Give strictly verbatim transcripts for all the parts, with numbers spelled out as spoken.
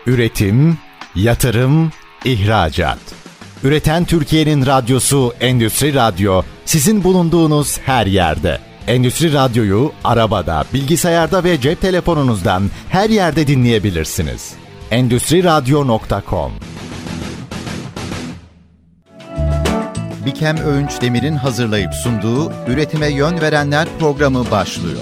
Üretim, yatırım, ihracat. Üreten Türkiye'nin radyosu Endüstri Radyo, sizin bulunduğunuz her yerde. Endüstri Radyo'yu arabada, bilgisayarda ve cep telefonunuzdan her yerde dinleyebilirsiniz. endüstri radyo nokta com. Bikem Öğünç Demir'in hazırlayıp sunduğu Üretime Yön Verenler programı başlıyor.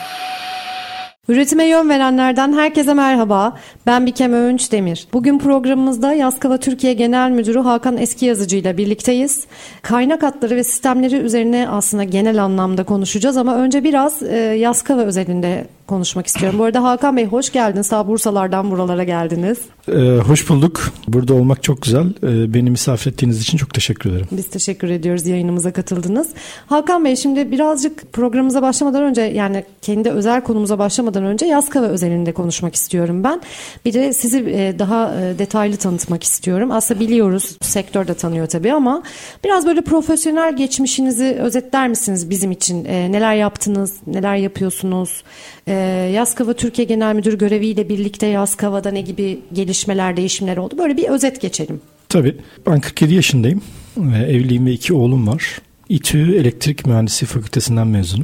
Üretime yön verenlerden herkese merhaba. Ben Bikem Öğünç Demir. Bugün programımızda Yaskava Türkiye Genel Müdürü Hakan Eskiyazıcı ile birlikteyiz. Kaynak hatları ve sistemleri üzerine aslında genel anlamda konuşacağız ama önce biraz e, Yaskava özelinde konuşmak istiyorum. Bu arada Hakan Bey hoş geldiniz. Ta Bursalardan buralara geldiniz. Ee, hoş bulduk. Burada olmak çok güzel. Ee, beni misafir ettiğiniz için çok teşekkür ederim. Biz teşekkür ediyoruz, yayınımıza katıldınız. Hakan Bey, şimdi birazcık programımıza başlamadan önce, yani kendi özel konumuza başlamadan önce Yaskava özelinde konuşmak istiyorum ben. Bir de sizi daha detaylı tanıtmak istiyorum. Aslında biliyoruz, sektör de tanıyor tabii ama biraz böyle profesyonel geçmişinizi özetler misiniz bizim için? Neler yaptınız, neler yapıyorsunuz? Yaskava Türkiye Genel Müdürü göreviyle birlikte Yaskava'da ne gibi gelişmeler, değişimler oldu? Böyle bir özet geçelim. Tabii. Ben kırk yedi yaşındayım. Evliyim ve iki oğlum var. İTÜ Elektrik Mühendisliği Fakültesinden mezunum.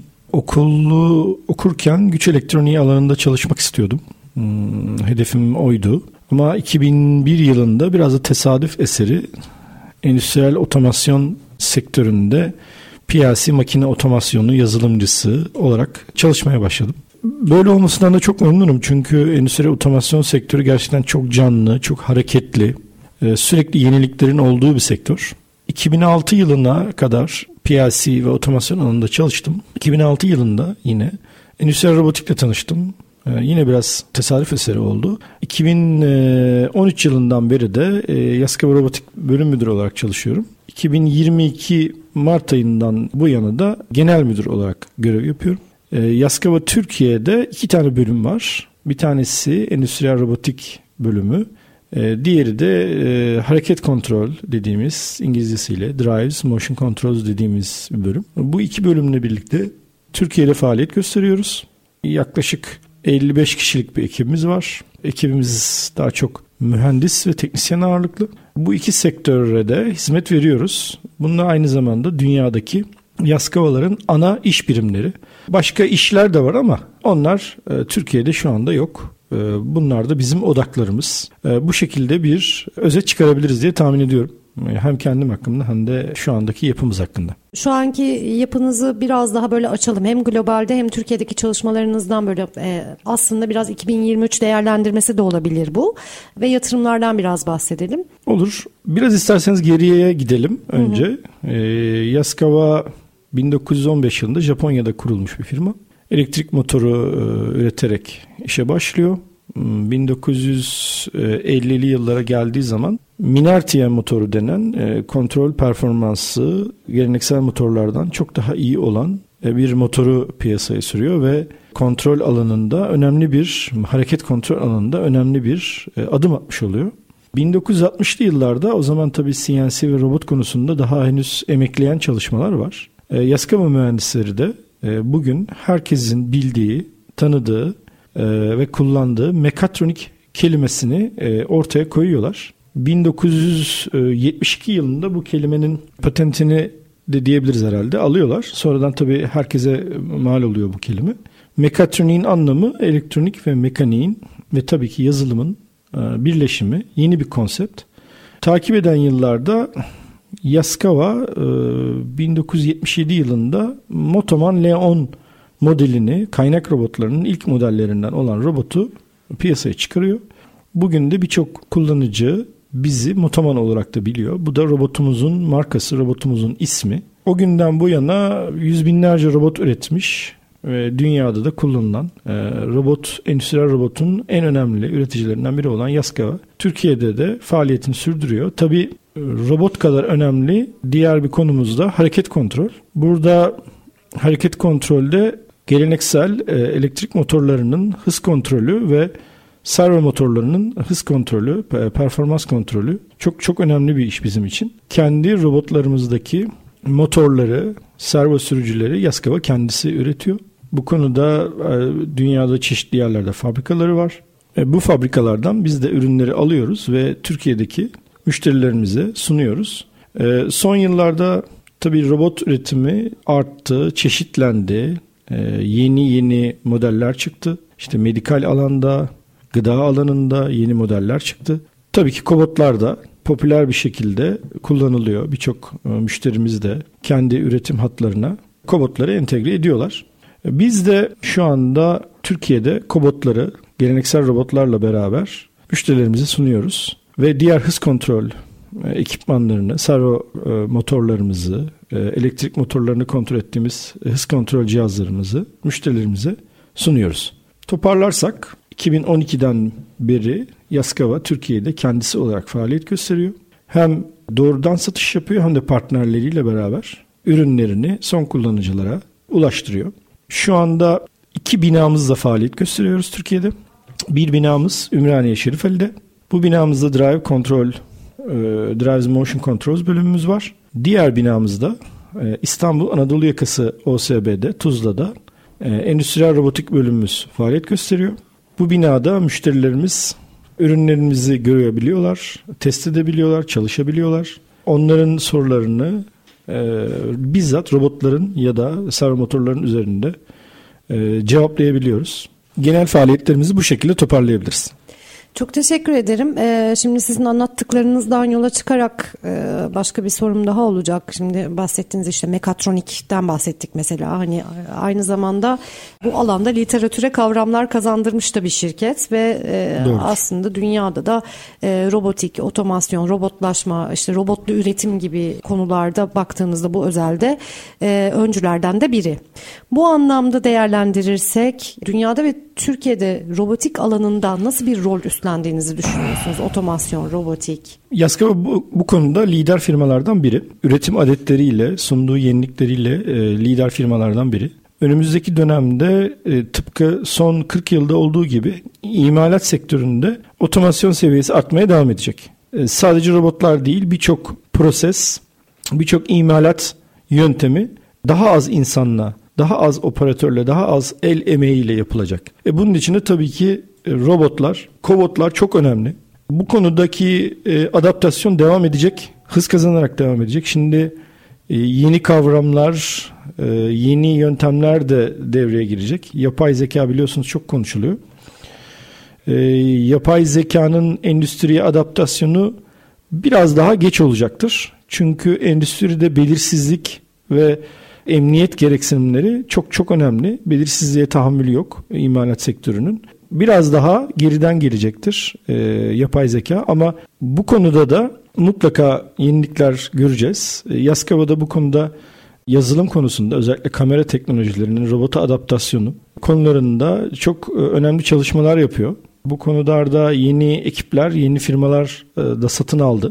Okulu okurken güç elektroniği alanında çalışmak istiyordum. Hmm, hedefim oydu. Ama iki bin bir yılında biraz da tesadüf eseri endüstriyel otomasyon sektöründe P L C makine otomasyonu yazılımcısı olarak çalışmaya başladım. Böyle olmasından da çok memnunum çünkü endüstriyel otomasyon sektörü gerçekten çok canlı, çok hareketli, sürekli yeniliklerin olduğu bir sektör. iki bin altı yılına kadar P L C ve otomasyon alanında çalıştım. iki bin altı yılında yine endüstriyel robotikle tanıştım. Yine biraz tesadüf eseri oldu. iki bin on üç yılından beri de Yaskava Robotik Bölüm Müdürü olarak çalışıyorum. iki bin yirmi iki Mart ayından bu yana da genel müdür olarak görev yapıyorum. Yaskava Türkiye'de iki tane bölüm var. Bir tanesi endüstriyel robotik bölümü. Diğeri de hareket kontrol dediğimiz, İngilizcesiyle drives, motion controls dediğimiz bir bölüm. Bu iki bölümle birlikte Türkiye'de faaliyet gösteriyoruz. Yaklaşık elli beş kişilik bir ekibimiz var. Ekibimiz daha çok mühendis ve teknisyen ağırlıklı. Bu iki sektöre de hizmet veriyoruz. Bununla aynı zamanda dünyadaki Yaskavaların ana iş birimleri. Başka işler de var ama onlar e, Türkiye'de şu anda yok. E, bunlar da bizim odaklarımız. E, bu şekilde bir özet çıkarabiliriz diye tahmin ediyorum. E, hem kendim hakkında hem de şu andaki yapımız hakkında. Şu anki yapınızı biraz daha böyle açalım. Hem globalde hem Türkiye'deki çalışmalarınızdan böyle e, aslında biraz iki bin yirmi üç değerlendirmesi de olabilir bu. Ve yatırımlardan biraz bahsedelim. Olur. Biraz isterseniz geriye gidelim önce. Hı hı. E, Yaskava bin dokuz yüz on beş yılında Japonya'da kurulmuş bir firma. Elektrik motoru e, üreterek işe başlıyor. bin dokuz yüz ellili yıllara geldiği zaman Minardier motoru denen e, kontrol performansı geleneksel motorlardan çok daha iyi olan e, bir motoru piyasaya sürüyor ve kontrol alanında önemli bir, hareket kontrol alanında önemli bir e, adım atmış oluyor. bin dokuz yüz altmışlı yıllarda, o zaman tabii C N C ve robot konusunda daha henüz emekleyen çalışmalar var. E, Yaskava mühendisleri de e, bugün herkesin bildiği, tanıdığı e, ve kullandığı mekatronik kelimesini e, ortaya koyuyorlar. bin dokuz yüz yetmiş iki yılında bu kelimenin patentini de diyebiliriz herhalde alıyorlar. Sonradan tabii herkese mal oluyor bu kelime. Mekatroniğin anlamı elektronik ve mekaniğin ve tabii ki yazılımın birleşimi, yeni bir konsept. Takip eden yıllarda Yaskava bin dokuz yüz yetmiş yedi yılında Motoman L on modelini, kaynak robotlarının ilk modellerinden olan robotu piyasaya çıkarıyor. Bugün de birçok kullanıcı bizi Motoman olarak da biliyor. Bu da robotumuzun markası, robotumuzun ismi. O günden bu yana yüz binlerce robot üretmiş ve dünyada da kullanılan robot, endüstriyel robotun en önemli üreticilerinden biri olan Yaskava Türkiye'de de faaliyetini sürdürüyor. Tabii robot kadar önemli diğer bir konumuz da hareket kontrol. Burada hareket kontrolde geleneksel elektrik motorlarının hız kontrolü ve servo motorlarının hız kontrolü, performans kontrolü çok çok önemli bir iş bizim için. Kendi robotlarımızdaki motorları, servo sürücüleri Yaskava kendisi üretiyor. Bu konuda dünyada çeşitli yerlerde fabrikaları var. Bu fabrikalardan biz de ürünleri alıyoruz ve Türkiye'deki müşterilerimize sunuyoruz. Son yıllarda tabii robot üretimi arttı, çeşitlendi. Yeni yeni modeller çıktı. İşte medikal alanda, gıda alanında yeni modeller çıktı. Tabii ki kobotlar da popüler bir şekilde kullanılıyor. Birçok müşterimiz de kendi üretim hatlarına kobotları entegre ediyorlar. Biz de şu anda Türkiye'de kobotları geleneksel robotlarla beraber müşterilerimize sunuyoruz. Ve diğer hız kontrol ekipmanlarını, servo motorlarımızı, elektrik motorlarını kontrol ettiğimiz hız kontrol cihazlarımızı müşterilerimize sunuyoruz. Toparlarsak iki bin on ikiden beri Yaskawa Türkiye'de kendisi olarak faaliyet gösteriyor. Hem doğrudan satış yapıyor hem de partnerleriyle beraber ürünlerini son kullanıcılara ulaştırıyor. Şu anda iki binamızla faaliyet gösteriyoruz Türkiye'de. Bir binamız Ümraniye Şerifeli'de. Bu binamızda Drive Control, Drive Motion Controls bölümümüz var. Diğer binamızda İstanbul Anadolu Yakası O S B'de, Tuzla'da endüstriyel robotik bölümümüz faaliyet gösteriyor. Bu binada müşterilerimiz ürünlerimizi görebiliyorlar, test edebiliyorlar, çalışabiliyorlar. Onların sorularını e, bizzat robotların ya da servo motorların üzerinde e, cevaplayabiliyoruz. Genel faaliyetlerimizi bu şekilde toparlayabiliriz. Çok teşekkür ederim. Ee, şimdi sizin anlattıklarınızdan yola çıkarak e, başka bir sorum daha olacak. Şimdi bahsettiğiniz işte mekatronikten bahsettik mesela. Hani aynı zamanda bu alanda literatüre kavramlar kazandırmış da bir şirket ve e, aslında dünyada da e, robotik, otomasyon, robotlaşma, işte robotlu üretim gibi konularda baktığınızda bu özelde e, öncülerden de biri. Bu anlamda değerlendirirsek dünyada ve Türkiye'de robotik alanında nasıl bir rol üstlendiğinizi düşünüyorsunuz? Otomasyon, robotik. Yaskawa bu, bu konuda lider firmalardan biri. Üretim adetleriyle, sunduğu yenilikleriyle e, lider firmalardan biri. Önümüzdeki dönemde e, tıpkı son kırk yılda olduğu gibi imalat sektöründe otomasyon seviyesi artmaya devam edecek. E, sadece robotlar değil, birçok proses, birçok imalat yöntemi daha az insanla, daha az operatörle, daha az el emeğiyle yapılacak. E bunun için de tabii ki robotlar, kobotlar çok önemli. Bu konudaki e, adaptasyon devam edecek, hız kazanarak devam edecek. Şimdi e, yeni kavramlar, e, yeni yöntemler de devreye girecek. Yapay zeka biliyorsunuz çok konuşuluyor. E, yapay zekanın endüstriye adaptasyonu biraz daha geç olacaktır. Çünkü endüstride belirsizlik ve emniyet gereksinimleri çok çok önemli. Belirsizliğe tahammülü yok imalat sektörünün. Biraz daha geriden gelecektir e, yapay zeka ama bu konuda da mutlaka yenilikler göreceğiz. E, Yaskawa'da bu konuda yazılım konusunda özellikle kamera teknolojilerinin robota adaptasyonu konularında çok e, önemli çalışmalar yapıyor. Bu konularda yeni ekipler, yeni firmalar e, da satın aldı.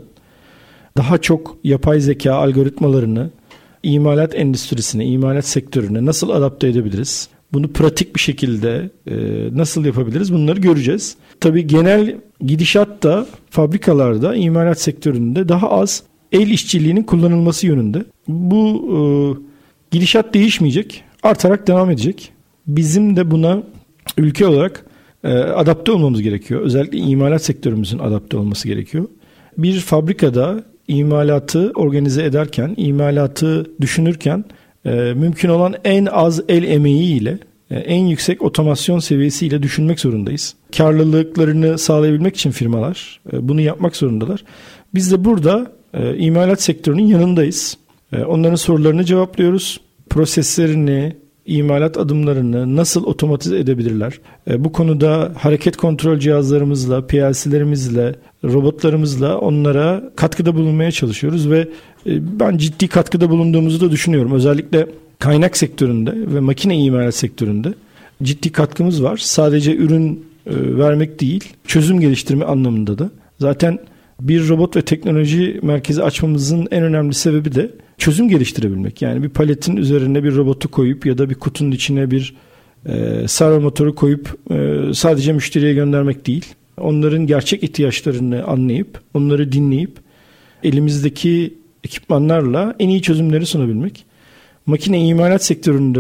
Daha çok yapay zeka algoritmalarını imalat endüstrisine, imalat sektörüne nasıl adapte edebiliriz? Bunu pratik bir şekilde e, nasıl yapabiliriz? Bunları göreceğiz. Tabii genel gidişat da fabrikalarda, imalat sektöründe daha az el işçiliğinin kullanılması yönünde. Bu e, gidişat değişmeyecek, artarak devam edecek. Bizim de buna ülke olarak e, adapte olmamız gerekiyor. Özellikle imalat sektörümüzün adapte olması gerekiyor. Bir fabrikada imalatı organize ederken, imalatı düşünürken e, mümkün olan en az el emeğiyle, e, en yüksek otomasyon seviyesiyle düşünmek zorundayız. Karlılıklarını sağlayabilmek için firmalar e, bunu yapmak zorundalar. Biz de burada e, imalat sektörünün yanındayız. E, onların sorularını cevaplıyoruz. Proseslerini, imalat adımlarını nasıl otomatize edebilirler? E, bu konuda hareket kontrol cihazlarımızla, P L C'lerimizle, robotlarımızla onlara katkıda bulunmaya çalışıyoruz ve e, ben ciddi katkıda bulunduğumuzu da düşünüyorum. Özellikle kaynak sektöründe ve makine imalat sektöründe ciddi katkımız var. Sadece ürün e, vermek değil, çözüm geliştirme anlamında da. Zaten bir robot ve teknoloji merkezi açmamızın en önemli sebebi de çözüm geliştirebilmek. Yani bir paletin üzerine bir robotu koyup ya da bir kutunun içine bir e, servo motoru koyup e, sadece müşteriye göndermek değil. Onların gerçek ihtiyaçlarını anlayıp, onları dinleyip elimizdeki ekipmanlarla en iyi çözümleri sunabilmek. Makine imalat sektöründe de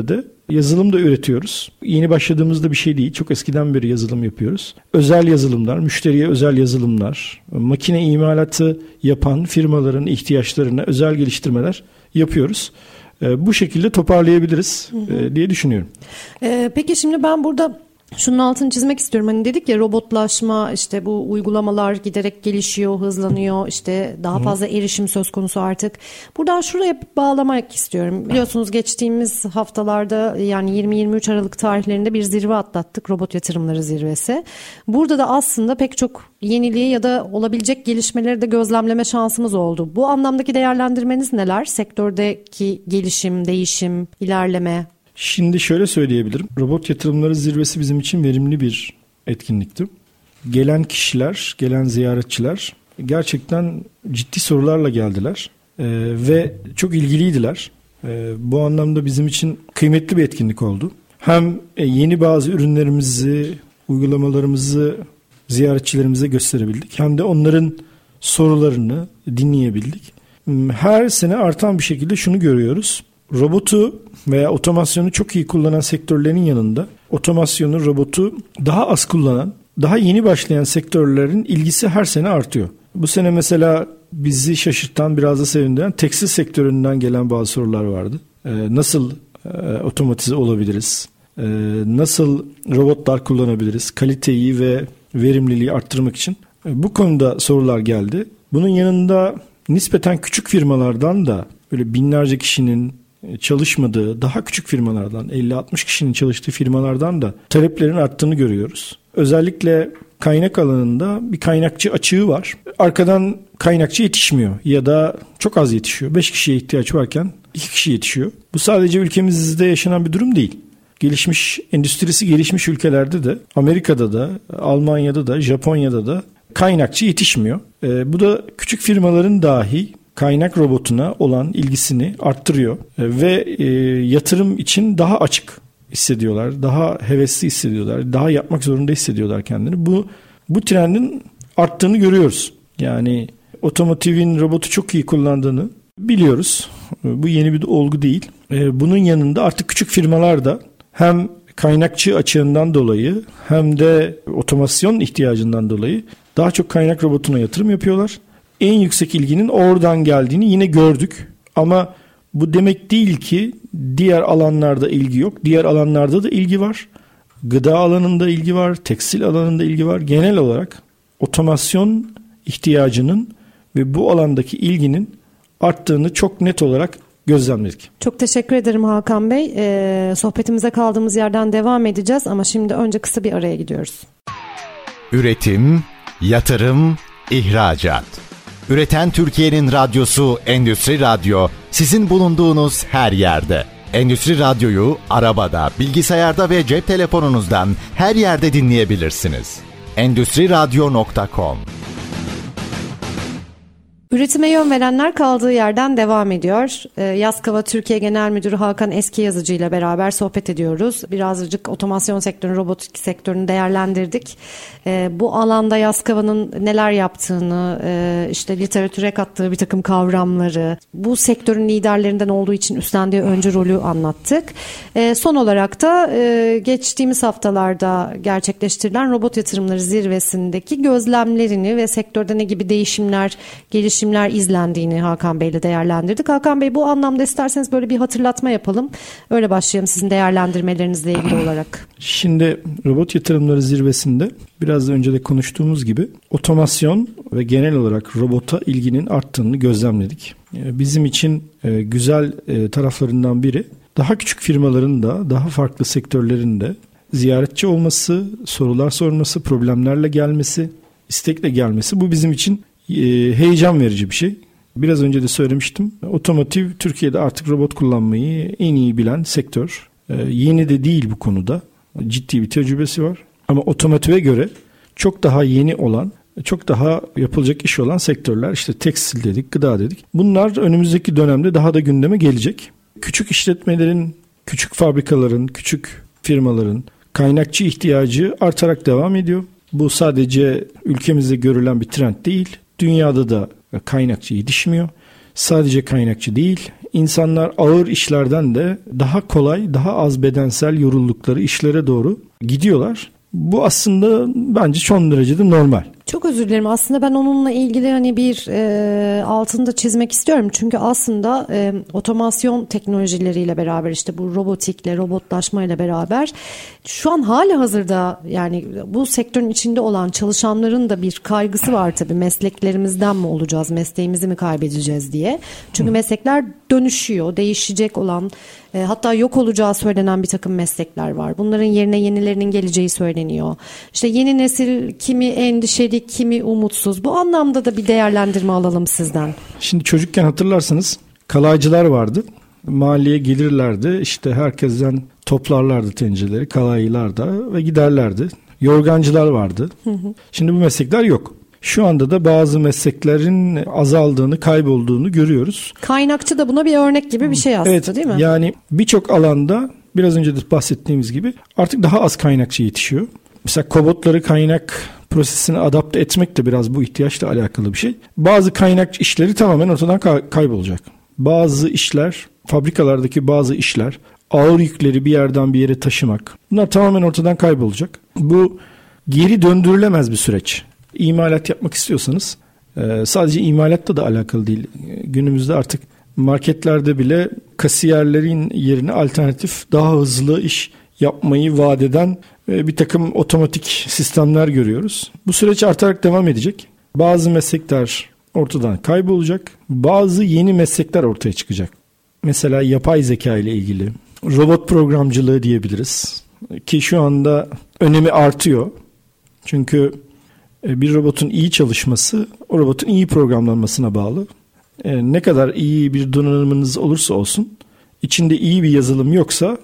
Yazılım da üretiyoruz. Yeni başladığımızda bir şey değil. Çok eskiden beri yazılım yapıyoruz. Özel yazılımlar, müşteriye özel yazılımlar, makine imalatı yapan firmaların ihtiyaçlarına özel geliştirmeler yapıyoruz. Bu şekilde toparlayabiliriz hı hı. diye düşünüyorum. Ee, peki şimdi ben burada şunun altını çizmek istiyorum. Hani dedik ya, robotlaşma, işte bu uygulamalar giderek gelişiyor, hızlanıyor. İşte daha fazla erişim söz konusu artık. Buradan şuraya bağlamak istiyorum. Biliyorsunuz geçtiğimiz haftalarda, yani yirmi yirmi üç Aralık tarihlerinde bir zirve atlattık. Robot yatırımları zirvesi. Burada da aslında pek çok yeniliği ya da olabilecek gelişmeleri de gözlemleme şansımız oldu. Bu anlamdaki değerlendirmeniz neler? Sektördeki gelişim, değişim, ilerleme. Şimdi şöyle söyleyebilirim. Robot yatırımları zirvesi bizim için verimli bir etkinlikti. Gelen kişiler, gelen ziyaretçiler gerçekten ciddi sorularla geldiler ee, ve çok ilgiliydiler. Ee, bu anlamda bizim için kıymetli bir etkinlik oldu. Hem yeni bazı ürünlerimizi, uygulamalarımızı ziyaretçilerimize gösterebildik. Hem de onların sorularını dinleyebildik. Her sene artan bir şekilde şunu görüyoruz. Robotu veya otomasyonu çok iyi kullanan sektörlerin yanında otomasyonu, robotu daha az kullanan, daha yeni başlayan sektörlerin ilgisi her sene artıyor. Bu sene mesela bizi şaşırtan, biraz da sevindiren tekstil sektöründen gelen bazı sorular vardı. Ee, nasıl e, otomatize olabiliriz? Ee, nasıl robotlar kullanabiliriz? Kaliteyi ve verimliliği arttırmak için. Ee, bu konuda sorular geldi. Bunun yanında nispeten küçük firmalardan da böyle binlerce kişinin çalışmadığı daha küçük firmalardan, elli altmış kişinin çalıştığı firmalardan da taleplerin arttığını görüyoruz. Özellikle kaynak alanında bir kaynakçı açığı var. Arkadan kaynakçı yetişmiyor ya da çok az yetişiyor. beş kişiye ihtiyaç varken iki kişi yetişiyor. Bu sadece ülkemizde yaşanan bir durum değil. Gelişmiş, endüstrisi gelişmiş ülkelerde de, Amerika'da da, Almanya'da da, Japonya'da da kaynakçı yetişmiyor. E, bu da küçük firmaların dahi kaynak robotuna olan ilgisini arttırıyor ve e, yatırım için daha açık hissediyorlar, daha hevesli hissediyorlar, daha yapmak zorunda hissediyorlar kendini. Bu bu trendin arttığını görüyoruz. Yani otomotivin robotu çok iyi kullandığını biliyoruz. Bu yeni bir olgu değil. E, bunun yanında artık küçük firmalar da hem kaynakçı açığından dolayı hem de otomasyon ihtiyacından dolayı daha çok kaynak robotuna yatırım yapıyorlar. En yüksek ilginin oradan geldiğini yine gördük. Ama bu demek değil ki diğer alanlarda ilgi yok. Diğer alanlarda da ilgi var. Gıda alanında ilgi var, tekstil alanında ilgi var. Genel olarak otomasyon ihtiyacının ve bu alandaki ilginin arttığını çok net olarak gözlemledik. Çok teşekkür ederim Hakan Bey. Ee, sohbetimize kaldığımız yerden devam edeceğiz ama şimdi önce kısa bir araya gidiyoruz. Üretim, yatırım, ihracat. Üreten Türkiye'nin radyosu Endüstri Radyo, sizin bulunduğunuz her yerde. Endüstri Radyo'yu arabada, bilgisayarda ve cep telefonunuzdan her yerde dinleyebilirsiniz. endüstri radyo nokta com. Üretime yön verenler kaldığı yerden devam ediyor. Ee, Yaskava Türkiye Genel Müdürü Hakan Eskiyazıcı ile beraber sohbet ediyoruz. Birazcık otomasyon sektörünü, robotik sektörünü değerlendirdik. Ee, bu alanda Yaskava'nın neler yaptığını, e, işte literatüre kattığı bir takım kavramları, bu sektörün liderlerinden olduğu için üstlendiği öncü rolü anlattık. E, son olarak da e, geçtiğimiz haftalarda gerçekleştirilen robot yatırımları zirvesindeki gözlemlerini ve sektörde ne gibi değişimler, gelişimler izlendiğini Hakan Bey ile değerlendirdik. Hakan Bey, bu anlamda isterseniz böyle bir hatırlatma yapalım. Öyle başlayalım sizin değerlendirmelerinizle ilgili olarak. Şimdi robot yatırımları zirvesinde biraz da önce de konuştuğumuz gibi otomasyon ve genel olarak robota ilginin arttığını gözlemledik. Bizim için güzel taraflarından biri daha küçük firmaların da daha farklı sektörlerin de ziyaretçi olması, sorular sorması, problemlerle gelmesi, istekle gelmesi, bu bizim için heyecan verici bir şey. Biraz önce de söylemiştim. Otomotiv Türkiye'de artık robot kullanmayı en iyi bilen sektör. Yeni de değil bu konuda. Ciddi bir tecrübesi var. Ama otomotive göre çok daha yeni olan, çok daha yapılacak iş olan sektörler, işte tekstil dedik, gıda dedik. Bunlar önümüzdeki dönemde daha da gündeme gelecek. Küçük işletmelerin, küçük fabrikaların, küçük firmaların kaynakçı ihtiyacı artarak devam ediyor. Bu sadece ülkemizde görülen bir trend değil. Dünyada da kaynakçı yetişmiyor. Sadece kaynakçı değil, insanlar ağır işlerden de daha kolay, daha az bedensel yoruldukları işlere doğru gidiyorlar. Bu aslında bence son derecede normal. Çok özür dilerim. Aslında ben onunla ilgili hani bir e, altını da çizmek istiyorum. Çünkü aslında e, otomasyon teknolojileriyle beraber, işte bu robotikle, robotlaşmayla beraber şu an hala hazırda, yani bu sektörün içinde olan çalışanların da bir kaygısı var tabii. Mesleklerimizden mi olacağız, mesleğimizi mi kaybedeceğiz diye. Çünkü Hı. meslekler dönüşüyor, değişecek olan, e, hatta yok olacağı söylenen bir takım meslekler var. Bunların yerine yenilerinin geleceği söyleniyor. İşte yeni nesil kimi endişeli, kimi umutsuz. Bu anlamda da bir değerlendirme alalım sizden. Şimdi çocukken hatırlarsanız kalaycılar vardı. Mahalleye gelirlerdi. İşte herkesten toplarlardı tencereleri, kalaycılar da ve giderlerdi. Yorgancılar vardı. Hı hı. Şimdi bu meslekler yok. Şu anda da bazı mesleklerin azaldığını, kaybolduğunu görüyoruz. Kaynakçı da buna bir örnek gibi bir şey aslında, evet, değil mi? Yani birçok alanda biraz önce de bahsettiğimiz gibi artık daha az kaynakçı yetişiyor. Mesela kobotları kaynak prosesine adapte etmek de biraz bu ihtiyaçla alakalı bir şey. Bazı kaynak işleri tamamen ortadan kay- kaybolacak. Bazı işler, fabrikalardaki bazı işler, ağır yükleri bir yerden bir yere taşımak, bunlar tamamen ortadan kaybolacak. Bu geri döndürülemez bir süreç. İmalat yapmak istiyorsanız, sadece imalatla da alakalı değil. Günümüzde artık marketlerde bile kasiyerlerin yerine alternatif, daha hızlı iş yapmayı vaat eden bir takım otomatik sistemler görüyoruz. Bu süreç artarak devam edecek. Bazı meslekler ortadan kaybolacak. Bazı yeni meslekler ortaya çıkacak. Mesela yapay zeka ile ilgili robot programcılığı diyebiliriz. Ki şu anda önemi artıyor. Çünkü bir robotun iyi çalışması o robotun iyi programlanmasına bağlı. Ne kadar iyi bir donanımınız olursa olsun, içinde iyi bir yazılım yoksa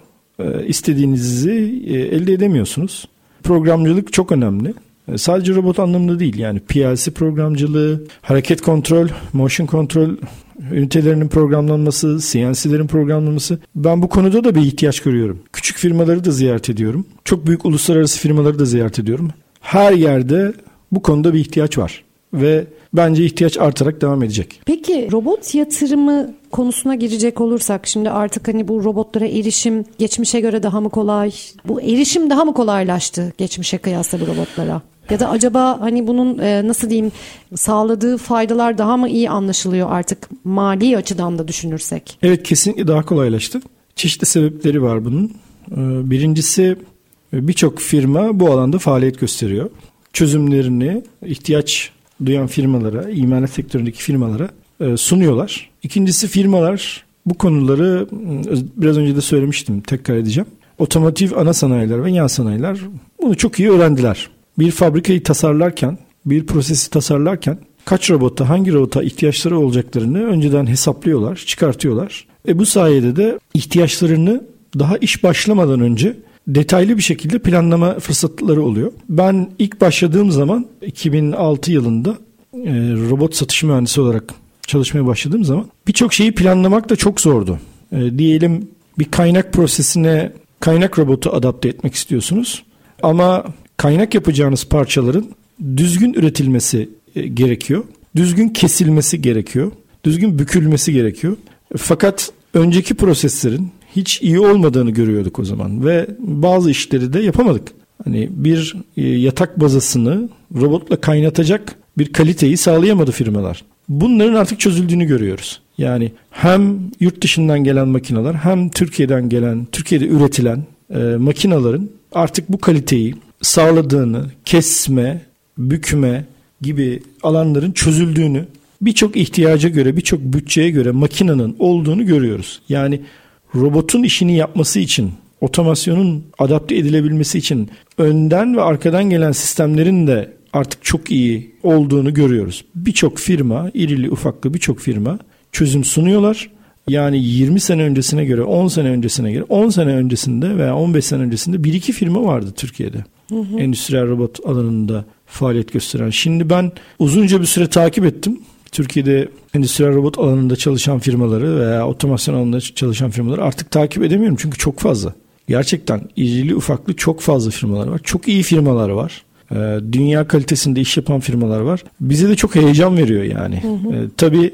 istediğinizi elde edemiyorsunuz. Programcılık çok önemli. Sadece robot anlamında değil, yani P L C programcılığı, hareket kontrol, motion kontrol ünitelerinin programlanması, C N C'lerin programlanması. Ben bu konuda da bir ihtiyaç görüyorum. Küçük firmaları da ziyaret ediyorum. Çok büyük uluslararası firmaları da ziyaret ediyorum. Her yerde bu konuda bir ihtiyaç var ve bence ihtiyaç artarak devam edecek. Peki robot yatırımı konusuna girecek olursak, şimdi artık hani bu robotlara erişim geçmişe göre daha mı kolay? Bu erişim daha mı kolaylaştı geçmişe kıyasla bu robotlara? Ya da acaba hani bunun e, nasıl diyeyim, sağladığı faydalar daha mı iyi anlaşılıyor artık mali açıdan da düşünürsek? Evet, kesinlikle daha kolaylaştı. Çeşitli sebepleri var bunun. Birincisi, birçok firma bu alanda faaliyet gösteriyor. Çözümlerini ihtiyaç duyan firmalara, imalat sektöründeki firmalara sunuyorlar. İkincisi, firmalar bu konuları biraz önce de söylemiştim, tekrar edeceğim. Otomotiv ana sanayiler ve yan sanayiler bunu çok iyi öğrendiler. Bir fabrikayı tasarlarken, bir prosesi tasarlarken kaç robota, hangi robota ihtiyaçları olacaklarını önceden hesaplıyorlar, çıkartıyorlar. E bu sayede de ihtiyaçlarını daha iş başlamadan önce detaylı bir şekilde planlama fırsatları oluyor. Ben ilk başladığım zaman iki bin altı yılında e, robot satış mühendisi olarak çalışmaya başladığım zaman birçok şeyi planlamak da çok zordu. E, diyelim bir kaynak prosesine kaynak robotu adapte etmek istiyorsunuz. Ama kaynak yapacağınız parçaların düzgün üretilmesi e, gerekiyor. Düzgün kesilmesi gerekiyor. Düzgün bükülmesi gerekiyor. Fakat önceki proseslerin hiç iyi olmadığını görüyorduk o zaman ve bazı işleri de yapamadık. Hani bir yatak bazasını robotla kaynatacak bir kaliteyi sağlayamadı firmalar. Bunların artık çözüldüğünü görüyoruz. Yani hem yurt dışından gelen makineler hem Türkiye'den gelen, Türkiye'de üretilen e, makinaların artık bu kaliteyi sağladığını, kesme, bükme gibi alanların çözüldüğünü, birçok ihtiyaca göre, birçok bütçeye göre makinenin olduğunu görüyoruz. Yani robotun işini yapması için, otomasyonun adapte edilebilmesi için önden ve arkadan gelen sistemlerin de artık çok iyi olduğunu görüyoruz. Birçok firma, irili ufaklı birçok firma çözüm sunuyorlar. Yani yirmi sene öncesine göre, on sene öncesine göre, on sene öncesinde veya on beş sene öncesinde bir iki firma vardı Türkiye'de. Hı hı. Endüstriyel robot alanında faaliyet gösteren. Şimdi ben uzunca bir süre takip ettim. Türkiye'de endüstriyel robot alanında çalışan firmaları veya otomasyon alanında çalışan firmaları artık takip edemiyorum. Çünkü çok fazla. Gerçekten irili ufaklı çok fazla firmalar var. Çok iyi firmalar var. Dünya kalitesinde iş yapan firmalar var. Bize de çok heyecan veriyor yani. Hı hı. Tabii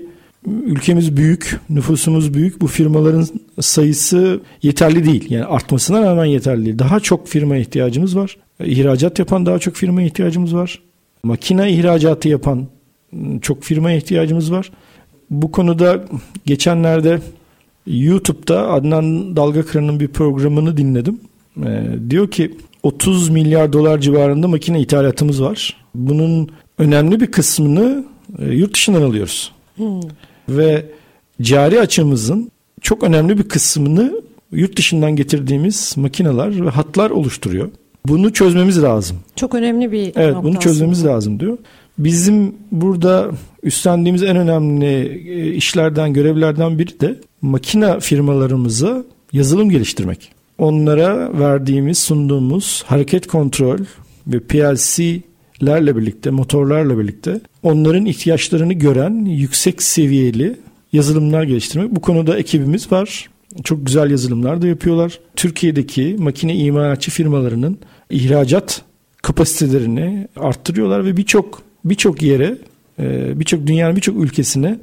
ülkemiz büyük, nüfusumuz büyük. Bu firmaların sayısı yeterli değil. Yani artmasına rağmen yeterli değil. Daha çok firma ihtiyacımız var. İhracat yapan daha çok firma ihtiyacımız var. Makine ihracatı yapan çok firma ihtiyacımız var. Bu konuda geçenlerde YouTube'da Adnan Dalgakıran'ın bir programını dinledim. Ee, diyor ki otuz milyar dolar civarında makine ithalatımız var. Bunun önemli bir kısmını e, yurt dışından alıyoruz. Hmm. Ve cari açığımızın çok önemli bir kısmını yurt dışından getirdiğimiz makineler ve hatlar oluşturuyor. Bunu çözmemiz lazım. Çok önemli bir Evet, nokta bunu çözmemiz aslında. lazım diyor. Bizim burada üstlendiğimiz en önemli işlerden, görevlerden biri de makine firmalarımıza yazılım geliştirmek. Onlara verdiğimiz, sunduğumuz hareket kontrol ve P L C'lerle birlikte, motorlarla birlikte onların ihtiyaçlarını gören yüksek seviyeli yazılımlar geliştirmek. Bu konuda ekibimiz var. Çok güzel yazılımlar da yapıyorlar. Türkiye'deki makine imalatçı firmalarının ihracat kapasitelerini arttırıyorlar ve birçok birçok yere, birçok dünyanın birçok ülkesine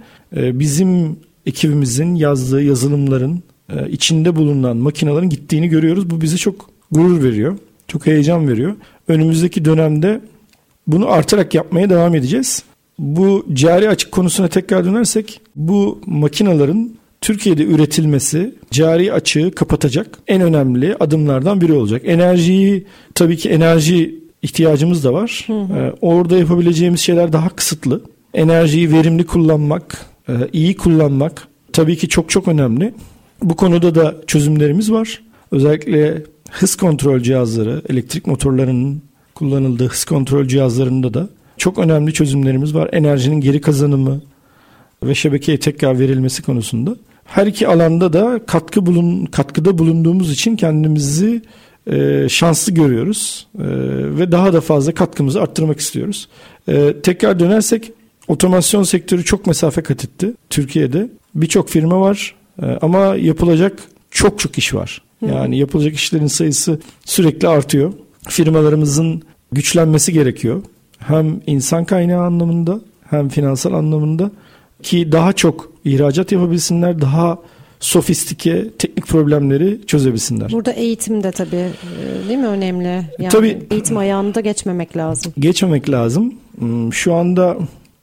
bizim ekibimizin yazdığı yazılımların içinde bulunan makinelerin gittiğini görüyoruz. Bu bize çok gurur veriyor, çok heyecan veriyor. Önümüzdeki dönemde bunu artarak yapmaya devam edeceğiz. Bu cari açık konusuna tekrar dönersek, bu makinelerin Türkiye'de üretilmesi cari açığı kapatacak en önemli adımlardan biri olacak. Enerjiyi, tabii ki enerji ihtiyacımız da var. Hı hı. Ee, orada yapabileceğimiz şeyler daha kısıtlı. Enerjiyi verimli kullanmak, e, iyi kullanmak tabii ki çok çok önemli. Bu konuda da çözümlerimiz var. Özellikle hız kontrol cihazları, elektrik motorlarının kullanıldığı hız kontrol cihazlarında da çok önemli çözümlerimiz var. Enerjinin geri kazanımı ve şebekeye tekrar verilmesi konusunda. Her iki alanda da katkı bulun, katkıda bulunduğumuz için kendimizi e, şanslı görüyoruz e, ve daha da fazla katkımızı arttırmak istiyoruz. E, tekrar dönersek, otomasyon sektörü çok mesafe kat etti Türkiye'de. Birçok firma var e, ama yapılacak çok çok iş var. Yani yapılacak işlerin sayısı sürekli artıyor. Firmalarımızın güçlenmesi gerekiyor. Hem insan kaynağı anlamında hem finansal anlamında, ki daha çok ihracat yapabilsinler, daha sofistike teknik problemleri çözebilsinler. Burada eğitim de tabii değil mi önemli? Yani tabii, eğitim ayağını da geçmemek lazım. Geçmemek lazım. Şu anda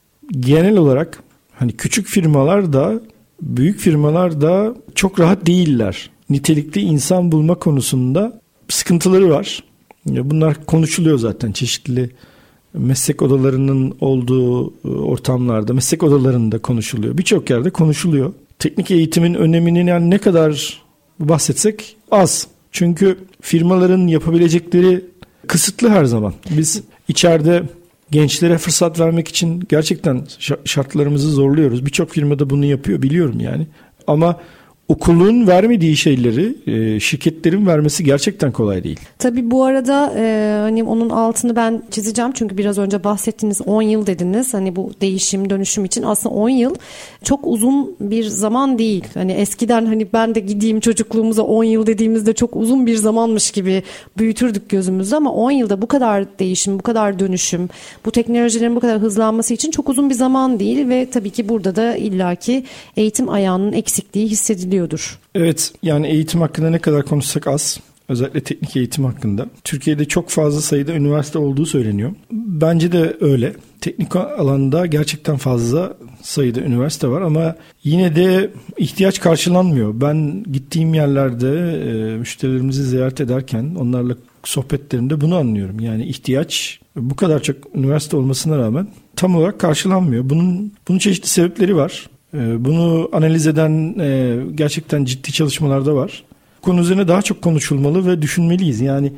genel olarak hani küçük firmalar da büyük firmalar da çok rahat değiller. Nitelikli insan bulma konusunda sıkıntıları var. Bunlar konuşuluyor zaten çeşitli meslek odalarının olduğu ortamlarda, meslek odalarında konuşuluyor. Birçok yerde konuşuluyor. Teknik eğitimin önemini yani ne kadar bahsetsek az. Çünkü firmaların yapabilecekleri kısıtlı her zaman. Biz içeride gençlere fırsat vermek için gerçekten şartlarımızı zorluyoruz. Birçok firmada bunu yapıyor, biliyorum yani. Ama okulun vermediği şeyleri şirketlerin vermesi gerçekten kolay değil. Tabii bu arada e, hani onun altını ben çizeceğim, çünkü biraz önce bahsettiğiniz on yıl dediniz. Hani bu değişim, dönüşüm için aslında on yıl çok uzun bir zaman değil. Hani eskiden hani ben de gideyim çocukluğumuza on yıl dediğimizde çok uzun bir zamanmış gibi büyütürdük gözümüzde, ama on yılda bu kadar değişim, bu kadar dönüşüm, bu teknolojilerin bu kadar hızlanması için çok uzun bir zaman değil ve tabii ki burada da illaki eğitim ayağının eksikliği hissediliyor. Evet, yani eğitim hakkında ne kadar konuşsak az. Özellikle teknik eğitim hakkında. Türkiye'de çok fazla sayıda üniversite olduğu söyleniyor. Bence de öyle. Teknik alanda gerçekten fazla sayıda üniversite var ama yine de ihtiyaç karşılanmıyor. Ben gittiğim yerlerde e, müşterilerimizi ziyaret ederken onlarla sohbetlerimde bunu anlıyorum. Yani ihtiyaç bu kadar çok üniversite olmasına rağmen tam olarak karşılanmıyor. Bunun bunun çeşitli sebepleri var. Bunu analiz eden gerçekten ciddi çalışmalar da var. Konu üzerine daha çok konuşulmalı ve düşünmeliyiz. Yani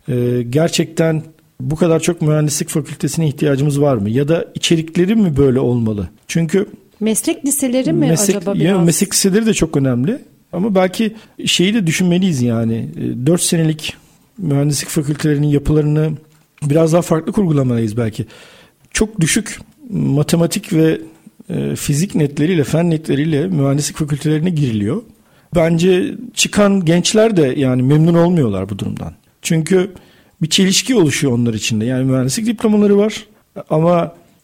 gerçekten bu kadar çok mühendislik fakültesine ihtiyacımız var mı? Ya da içerikleri mi böyle olmalı? Çünkü meslek liseleri mi meslek, acaba biraz? Ya meslek liseleri de çok önemli. Ama belki şeyi de düşünmeliyiz yani. dört senelik mühendislik fakültelerinin yapılarını biraz daha farklı kurgulamalıyız belki. Çok düşük matematik ve fizik netleriyle, fen netleriyle mühendislik fakültelerine giriliyor. Bence çıkan gençler de yani memnun olmuyorlar bu durumdan. Çünkü bir çelişki oluşuyor onlar içinde. Yani mühendislik diplomaları var ama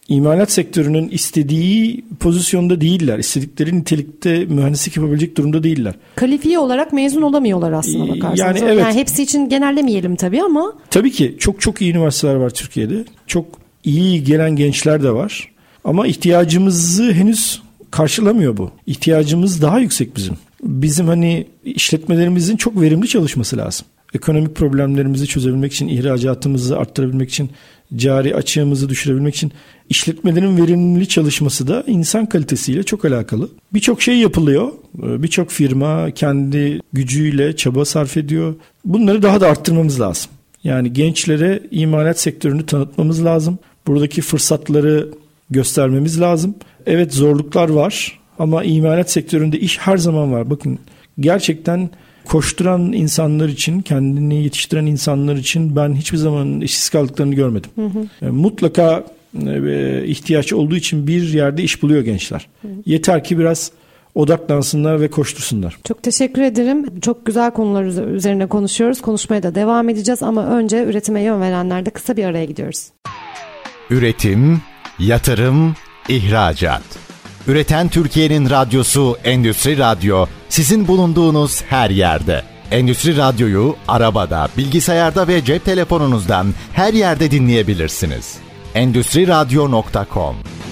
imalat sektörünün istediği pozisyonda değiller. İstedikleri nitelikte mühendislik yapabilecek durumda değiller. Kalifiye olarak mezun olamıyorlar aslında bakarsanız. Yani evet. Yani hepsi için genellemeyelim tabii ama. Tabii ki çok çok iyi üniversiteler var Türkiye'de. Çok iyi gelen gençler de var. Ama ihtiyacımızı henüz karşılamıyor bu. İhtiyacımız daha yüksek bizim. Bizim hani işletmelerimizin çok verimli çalışması lazım. Ekonomik problemlerimizi çözebilmek için, ihracatımızı arttırabilmek için, cari açığımızı düşürebilmek için işletmelerin verimli çalışması da insan kalitesiyle çok alakalı. Birçok şey yapılıyor. Birçok firma kendi gücüyle çaba sarf ediyor. Bunları daha da arttırmamız lazım. Yani gençlere imalat sektörünü tanıtmamız lazım. Buradaki fırsatları göstermemiz lazım. Evet, zorluklar var ama imalat sektöründe iş her zaman var. Bakın, gerçekten koşturan insanlar için, kendini yetiştiren insanlar için ben hiçbir zaman işsiz kaldıklarını görmedim. Hı hı. Mutlaka ihtiyaç olduğu için bir yerde iş buluyor gençler. Hı. Yeter ki biraz odaklansınlar ve koştursunlar. Çok teşekkür ederim. Çok güzel konular üzerine konuşuyoruz. Konuşmaya da devam edeceğiz ama önce üretime yön verenlerde kısa bir araya gidiyoruz. Üretim, yatırım, ihracat. Üreten Türkiye'nin radyosu Endüstri Radyo, sizin bulunduğunuz her yerde. Endüstri Radyo'yu arabada, bilgisayarda ve cep telefonunuzdan her yerde dinleyebilirsiniz. endüstri radyo nokta com.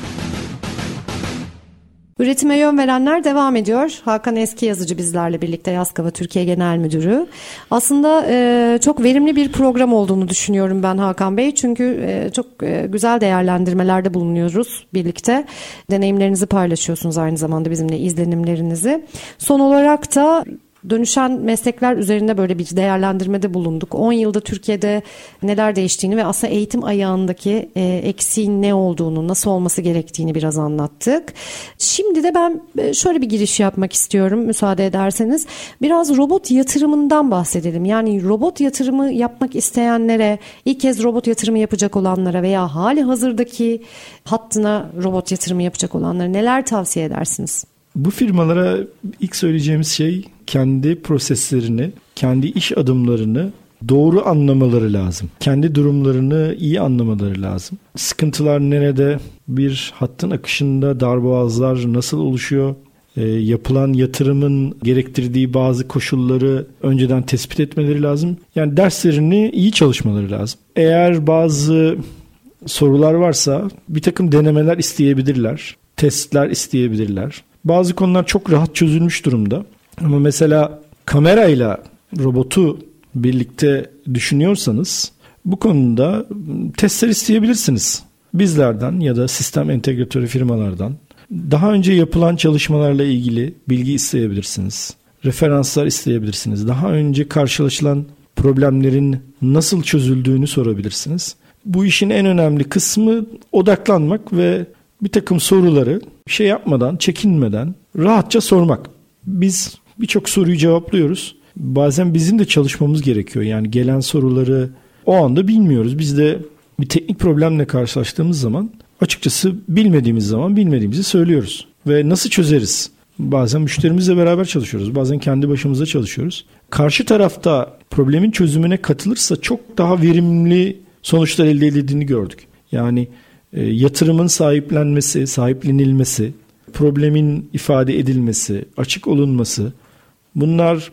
Üretime yön verenler devam ediyor. Hakan Eski Yazıcı bizlerle birlikte, Yaskava Türkiye Genel Müdürü. Aslında e, çok verimli bir program olduğunu düşünüyorum ben Hakan Bey. Çünkü e, çok e, güzel değerlendirmelerde bulunuyoruz birlikte. Deneyimlerinizi paylaşıyorsunuz aynı zamanda bizimle, izlenimlerinizi. Son olarak da dönüşen meslekler üzerinde böyle bir değerlendirmede bulunduk. on yılda Türkiye'de neler değiştiğini ve aslında eğitim ayağındaki e, eksiğin ne olduğunu, nasıl olması gerektiğini biraz anlattık. Şimdi de ben şöyle bir giriş yapmak istiyorum müsaade ederseniz. Biraz robot yatırımından bahsedelim. Yani robot yatırımı yapmak isteyenlere, ilk kez robot yatırımı yapacak olanlara veya hali hazırdaki hattına robot yatırımı yapacak olanlara neler tavsiye edersiniz? Bu firmalara ilk söyleyeceğimiz şey, kendi proseslerini, kendi iş adımlarını doğru anlamaları lazım. Kendi durumlarını iyi anlamaları lazım. Sıkıntılar nerede? Bir hattın akışında darboğazlar nasıl oluşuyor? E, yapılan yatırımın gerektirdiği bazı koşulları önceden tespit etmeleri lazım. Yani derslerini iyi çalışmaları lazım. Eğer bazı sorular varsa bir takım denemeler isteyebilirler. Testler isteyebilirler. Bazı konular çok rahat çözülmüş durumda. Ama mesela kamerayla robotu birlikte düşünüyorsanız bu konuda testler isteyebilirsiniz. Bizlerden ya da sistem entegratörü firmalardan daha önce yapılan çalışmalarla ilgili bilgi isteyebilirsiniz. Referanslar isteyebilirsiniz. Daha önce karşılaşılan problemlerin nasıl çözüldüğünü sorabilirsiniz. Bu işin en önemli kısmı odaklanmak ve bir takım soruları şey yapmadan, çekinmeden rahatça sormak. Biz birçok soruyu cevaplıyoruz. Bazen bizim de çalışmamız gerekiyor. Yani gelen soruları o anda bilmiyoruz. Biz de bir teknik problemle karşılaştığımız zaman açıkçası bilmediğimiz zaman bilmediğimizi söylüyoruz. Ve nasıl çözeriz? Bazen müşterimizle beraber çalışıyoruz. Bazen kendi başımıza çalışıyoruz. Karşı tarafta problemin çözümüne katılırsa çok daha verimli sonuçlar elde edildiğini gördük. Yani e, yatırımın sahiplenmesi, sahiplenilmesi, problemin ifade edilmesi, açık olunması, bunlar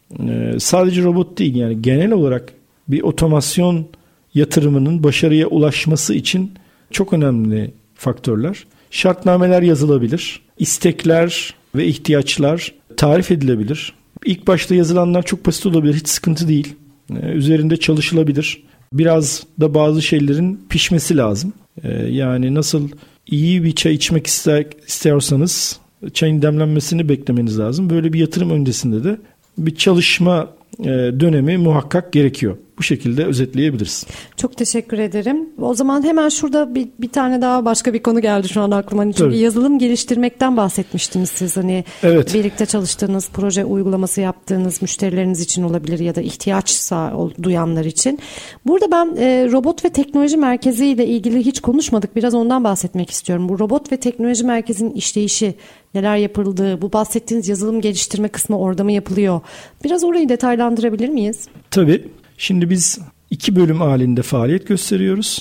e, sadece robot değil, yani genel olarak bir otomasyon yatırımının başarıya ulaşması için çok önemli faktörler. Şartnameler yazılabilir, istekler ve ihtiyaçlar tarif edilebilir. İlk başta yazılanlar çok basit olabilir, hiç sıkıntı değil. E, üzerinde çalışılabilir. Biraz da bazı şeylerin pişmesi lazım. E, yani nasıl iyi bir çay içmek ister, istiyorsanız çayın demlenmesini beklemeniz lazım. Böyle bir yatırım öncesinde de bir çalışma e, dönemi muhakkak gerekiyor. Bu şekilde özetleyebiliriz. Çok teşekkür ederim. O zaman hemen şurada bir, bir tane daha başka bir konu geldi şu an aklıma. Çünkü Tabii. yazılım geliştirmekten bahsetmiştiniz siz. Hani evet. Birlikte çalıştığınız, proje uygulaması yaptığınız müşterileriniz için olabilir ya da ihtiyaçsa duyanlar için. Burada ben e, robot ve teknoloji merkezi ile ilgili hiç konuşmadık. Biraz ondan bahsetmek istiyorum. Bu robot ve teknoloji merkezinin işleyişi, neler yapıldığı, bu bahsettiğiniz yazılım geliştirme kısmı orada mı yapılıyor? Biraz orayı detaylandırabilir miyiz? Tabii. Şimdi biz iki bölüm halinde faaliyet gösteriyoruz.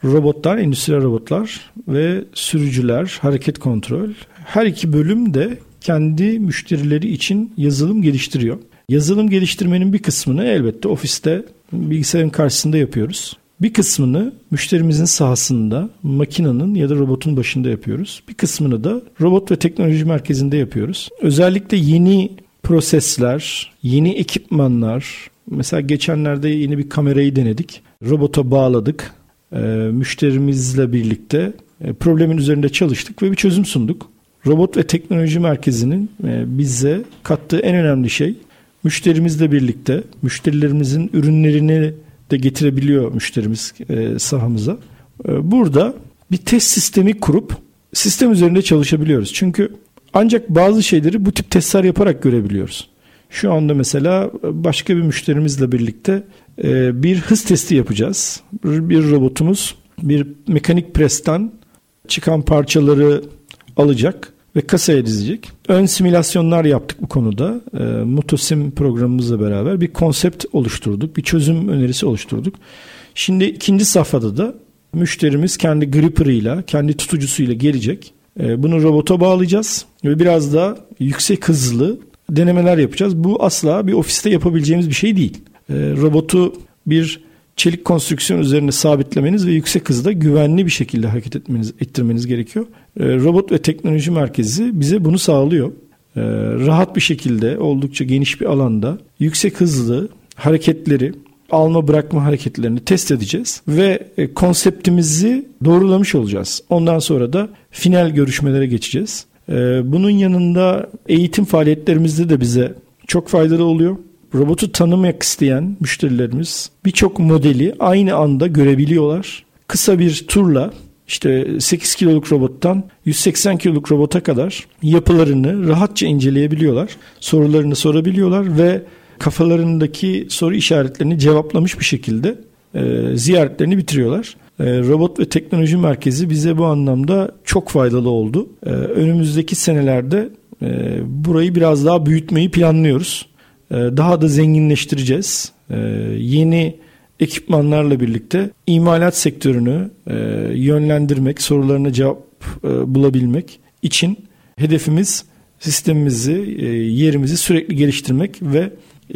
robotlar, endüstriyel robotlar ve sürücüler, hareket kontrol. Her iki bölüm de kendi müşterileri için yazılım geliştiriyor. Yazılım geliştirmenin bir kısmını elbette ofiste bilgisayarın karşısında yapıyoruz. Bir kısmını müşterimizin sahasında, makinenin ya da robotun başında yapıyoruz. Bir kısmını da robot ve teknoloji merkezinde yapıyoruz. Özellikle yeni prosesler, yeni ekipmanlar, mesela geçenlerde yeni bir kamerayı denedik. Robota bağladık. E, müşterimizle birlikte e, problemin üzerinde çalıştık ve bir çözüm sunduk. Robot ve teknoloji merkezinin e, bize kattığı en önemli şey, müşterimizle birlikte müşterilerimizin ürünlerini de getirebiliyor müşterimiz e, sahamıza. E, burada bir test sistemi kurup sistem üzerinde çalışabiliyoruz. Çünkü ancak bazı şeyleri bu tip testler yaparak görebiliyoruz. Şu anda mesela başka bir müşterimizle birlikte e, bir hız testi yapacağız. Bir robotumuz bir mekanik presten çıkan parçaları alacak ve kasaya dizecek. Ön simülasyonlar yaptık bu konuda. E, Motosim programımızla beraber bir konsept oluşturduk. Bir çözüm önerisi oluşturduk. Şimdi ikinci safhada da müşterimiz kendi gripper'ıyla, kendi tutucusuyla gelecek. E, bunu robota bağlayacağız ve biraz daha yüksek hızlı denemeler yapacağız. Bu asla bir ofiste yapabileceğimiz bir şey değil. E, robotu bir çelik konstrüksiyon üzerine sabitlemeniz ve yüksek hızda güvenli bir şekilde hareket etmeniz, ettirmeniz gerekiyor. E, robot ve teknoloji merkezi bize bunu sağlıyor. E, rahat bir şekilde, oldukça geniş bir alanda yüksek hızlı hareketleri, alma bırakma hareketlerini test edeceğiz ve e, konseptimizi doğrulamış olacağız. Ondan sonra da final görüşmelere geçeceğiz. E, bunun yanında eğitim faaliyetlerimizde de bize çok faydalı oluyor. Robotu tanımak isteyen müşterilerimiz birçok modeli aynı anda görebiliyorlar. Kısa bir turla işte sekiz kiloluk robottan yüz seksen kiloluk robota kadar yapılarını rahatça inceleyebiliyorlar. Sorularını sorabiliyorlar ve kafalarındaki soru işaretlerini cevaplamış bir şekilde e, ziyaretlerini bitiriyorlar. E, Robot ve Teknoloji Merkezi bize bu anlamda çok faydalı oldu. E, önümüzdeki senelerde e, burayı biraz daha büyütmeyi planlıyoruz. E, daha da zenginleştireceğiz. E, yeni ekipmanlarla birlikte imalat sektörünü e, yönlendirmek, sorularına cevap e, bulabilmek için hedefimiz sistemimizi, e, yerimizi sürekli geliştirmek ve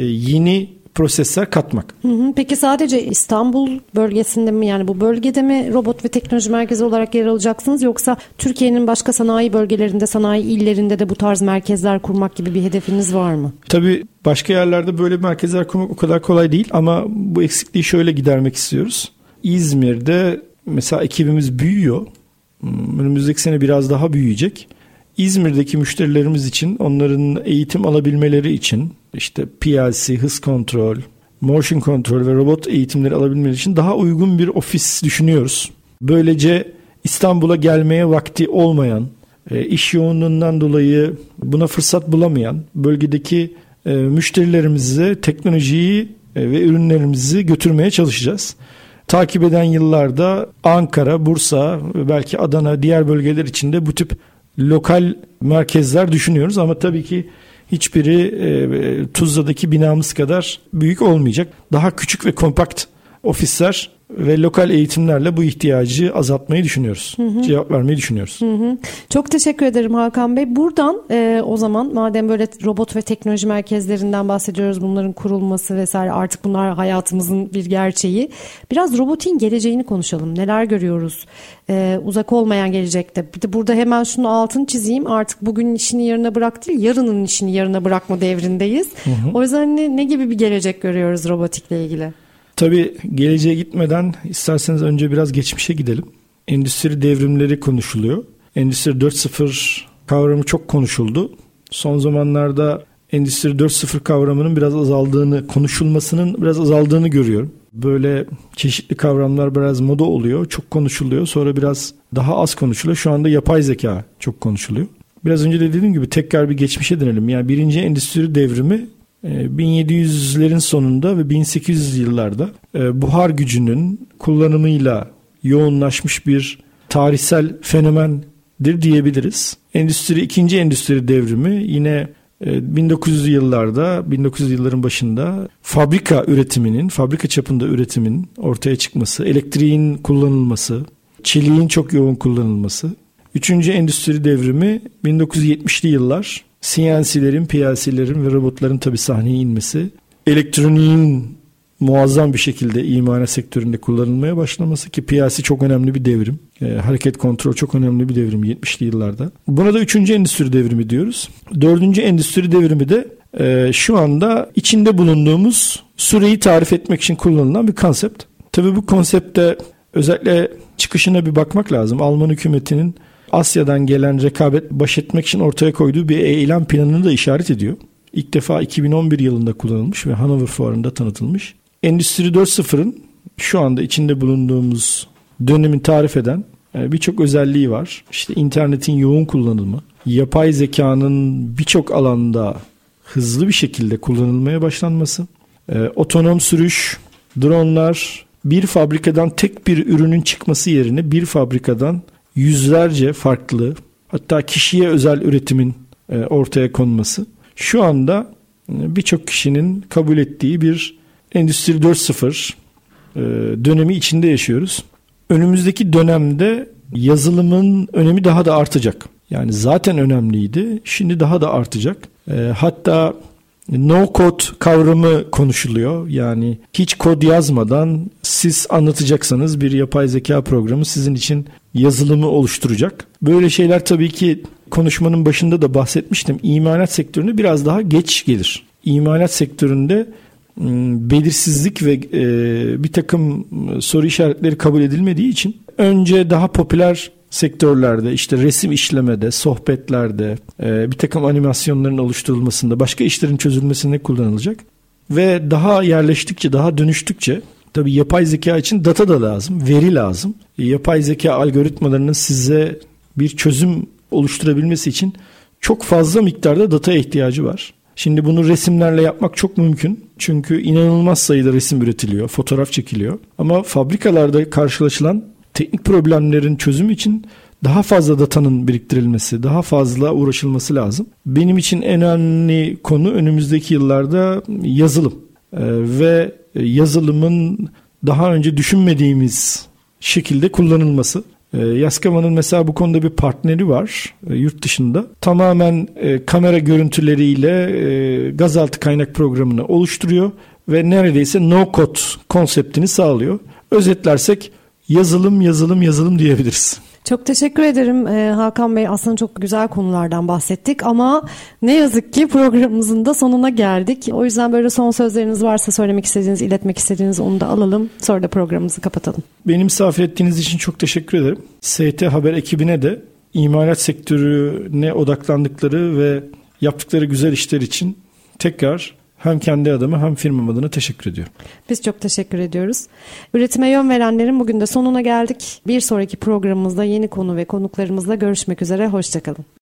yeni prosesler katmak. Hı hı. Peki sadece İstanbul bölgesinde mi, yani bu bölgede mi robot ve teknoloji merkezi olarak yer alacaksınız, yoksa Türkiye'nin başka sanayi bölgelerinde, sanayi illerinde de bu tarz merkezler kurmak gibi bir hedefiniz var mı? Tabii başka yerlerde böyle merkezler kurmak o kadar kolay değil ama bu eksikliği şöyle gidermek istiyoruz. İzmir'de mesela ekibimiz büyüyor. Önümüzdeki sene biraz daha büyüyecek. İzmir'deki müşterilerimiz için, onların eğitim alabilmeleri için işte P L C, hız kontrol, motion kontrol ve robot eğitimleri alabilmeleri için daha uygun bir ofis düşünüyoruz. Böylece İstanbul'a gelmeye vakti olmayan, iş yoğunluğundan dolayı buna fırsat bulamayan bölgedeki müşterilerimize teknolojiyi ve ürünlerimizi götürmeye çalışacağız. Takip eden yıllarda Ankara, Bursa ve belki Adana, diğer bölgeler için de bu tip lokal merkezler düşünüyoruz ama tabii ki hiçbiri e, Tuzla'daki binamız kadar büyük olmayacak. Daha küçük ve kompakt ofisler ve lokal eğitimlerle bu ihtiyacı azaltmayı düşünüyoruz. Hı hı. Cevap vermeyi düşünüyoruz. Hı hı. Çok teşekkür ederim Hakan Bey. Buradan e, o zaman madem böyle robot ve teknoloji merkezlerinden bahsediyoruz, bunların kurulması vesaire, artık bunlar hayatımızın bir gerçeği. Biraz robotin geleceğini konuşalım. Neler görüyoruz? E, uzak olmayan gelecekte. Bir de burada hemen şunu altını çizeyim. Artık bugünün işini yarına bırak değil, yarının işini yarına bırakma devrindeyiz. Hı hı. O yüzden ne, ne gibi bir gelecek görüyoruz robotikle ilgili? Tabii geleceğe gitmeden isterseniz önce biraz geçmişe gidelim. Endüstri devrimleri konuşuluyor. Endüstri dört nokta sıfır kavramı çok konuşuldu. Son zamanlarda Endüstri dört nokta sıfır kavramının biraz azaldığını, konuşulmasının biraz azaldığını görüyorum. Böyle çeşitli kavramlar biraz moda oluyor, çok konuşuluyor. Sonra biraz daha az konuşuluyor. Şu anda yapay zeka çok konuşuluyor. Biraz önce de dediğim gibi tekrar bir geçmişe dönelim. Yani birinci endüstri devrimi bin yedi yüzlerin sonunda ve bin sekiz yüz yıllarda buhar gücünün kullanımıyla yoğunlaşmış bir tarihsel fenomendir diyebiliriz. Endüstri, ikinci endüstri devrimi yine bin dokuz yüzlü yıllarda, bin dokuz yüzlü yılların başında fabrika üretiminin, fabrika çapında üretimin ortaya çıkması, elektriğin kullanılması, çeliğin çok yoğun kullanılması. Üçüncü endüstri devrimi bin dokuz yüz yetmişli yıllar, C N C'lerin, P L C'lerin ve robotların tabii sahneye inmesi, elektroniğin muazzam bir şekilde imalat sektöründe kullanılmaya başlaması ki P L C çok önemli bir devrim. E, hareket kontrol çok önemli bir devrim yetmişli yıllarda. Buna da üçüncü endüstri devrimi diyoruz. Dördüncü endüstri devrimi de e, şu anda içinde bulunduğumuz süreyi tarif etmek için kullanılan bir konsept. Tabii bu konsepte özellikle çıkışına bir bakmak lazım. Alman hükümetinin Asya'dan gelen rekabet baş etmek için ortaya koyduğu bir eylem planını da işaret ediyor. İlk defa iki bin on bir yılında kullanılmış ve Hanover Fuarı'nda tanıtılmış. Endüstri dört nokta sıfırın şu anda içinde bulunduğumuz dönemi tarif eden birçok özelliği var. İşte internetin yoğun kullanımı, yapay zekanın birçok alanda hızlı bir şekilde kullanılmaya başlanması, otonom sürüş, dronlar, bir fabrikadan tek bir ürünün çıkması yerine bir fabrikadan yüzlerce farklı, hatta kişiye özel üretimin ortaya konması. Şu anda birçok kişinin kabul ettiği bir Endüstri dört nokta sıfır dönemi içinde yaşıyoruz. Önümüzdeki dönemde yazılımın önemi daha da artacak. Yani zaten önemliydi, şimdi daha da artacak. Hatta no code kavramı konuşuluyor. Yani hiç kod yazmadan siz anlatacaksanız bir yapay zeka programı sizin için yazılımı oluşturacak. Böyle şeyler tabii ki konuşmanın başında da bahsetmiştim. İmalat sektörüne biraz daha geç gelir. İmalat sektöründe belirsizlik ve e, bir takım soru işaretleri kabul edilmediği için önce daha popüler sektörlerde, işte resim işlemede, sohbetlerde, e, bir takım animasyonların oluşturulmasında, başka işlerin çözülmesinde kullanılacak ve daha yerleştikçe, daha dönüştükçe tabii yapay zeka için data da lazım, veri lazım. E, yapay zeka algoritmalarının size bir çözüm oluşturabilmesi için çok fazla miktarda dataya ihtiyacı var. Şimdi bunu resimlerle yapmak çok mümkün. Çünkü inanılmaz sayıda resim üretiliyor, fotoğraf çekiliyor. Ama fabrikalarda karşılaşılan teknik problemlerin çözümü için daha fazla datanın biriktirilmesi, daha fazla uğraşılması lazım. Benim için en önemli konu önümüzdeki yıllarda yazılım. Ee, ve yazılımın daha önce düşünmediğimiz şekilde kullanılması. E, Yaskava'nın mesela bu konuda bir partneri var e, yurt dışında. Tamamen e, kamera görüntüleriyle e, gazaltı kaynak programını oluşturuyor ve neredeyse no code konseptini sağlıyor. Özetlersek yazılım yazılım yazılım diyebiliriz. Çok teşekkür ederim ee, Hakan Bey. Aslında çok güzel konulardan bahsettik ama ne yazık ki programımızın da sonuna geldik. O yüzden böyle son sözleriniz varsa söylemek istediğiniz, iletmek istediğiniz onu da alalım. Sonra da programımızı kapatalım. Beni misafir ettiğiniz için çok teşekkür ederim. S T Haber ekibine de imalat sektörüne odaklandıkları ve yaptıkları güzel işler için tekrar hem kendi adıma hem firmam adına teşekkür ediyorum. Biz çok teşekkür ediyoruz. Üretime yön verenlerin bugün de sonuna geldik. Bir sonraki programımızda yeni konu ve konuklarımızla görüşmek üzere. Hoşçakalın.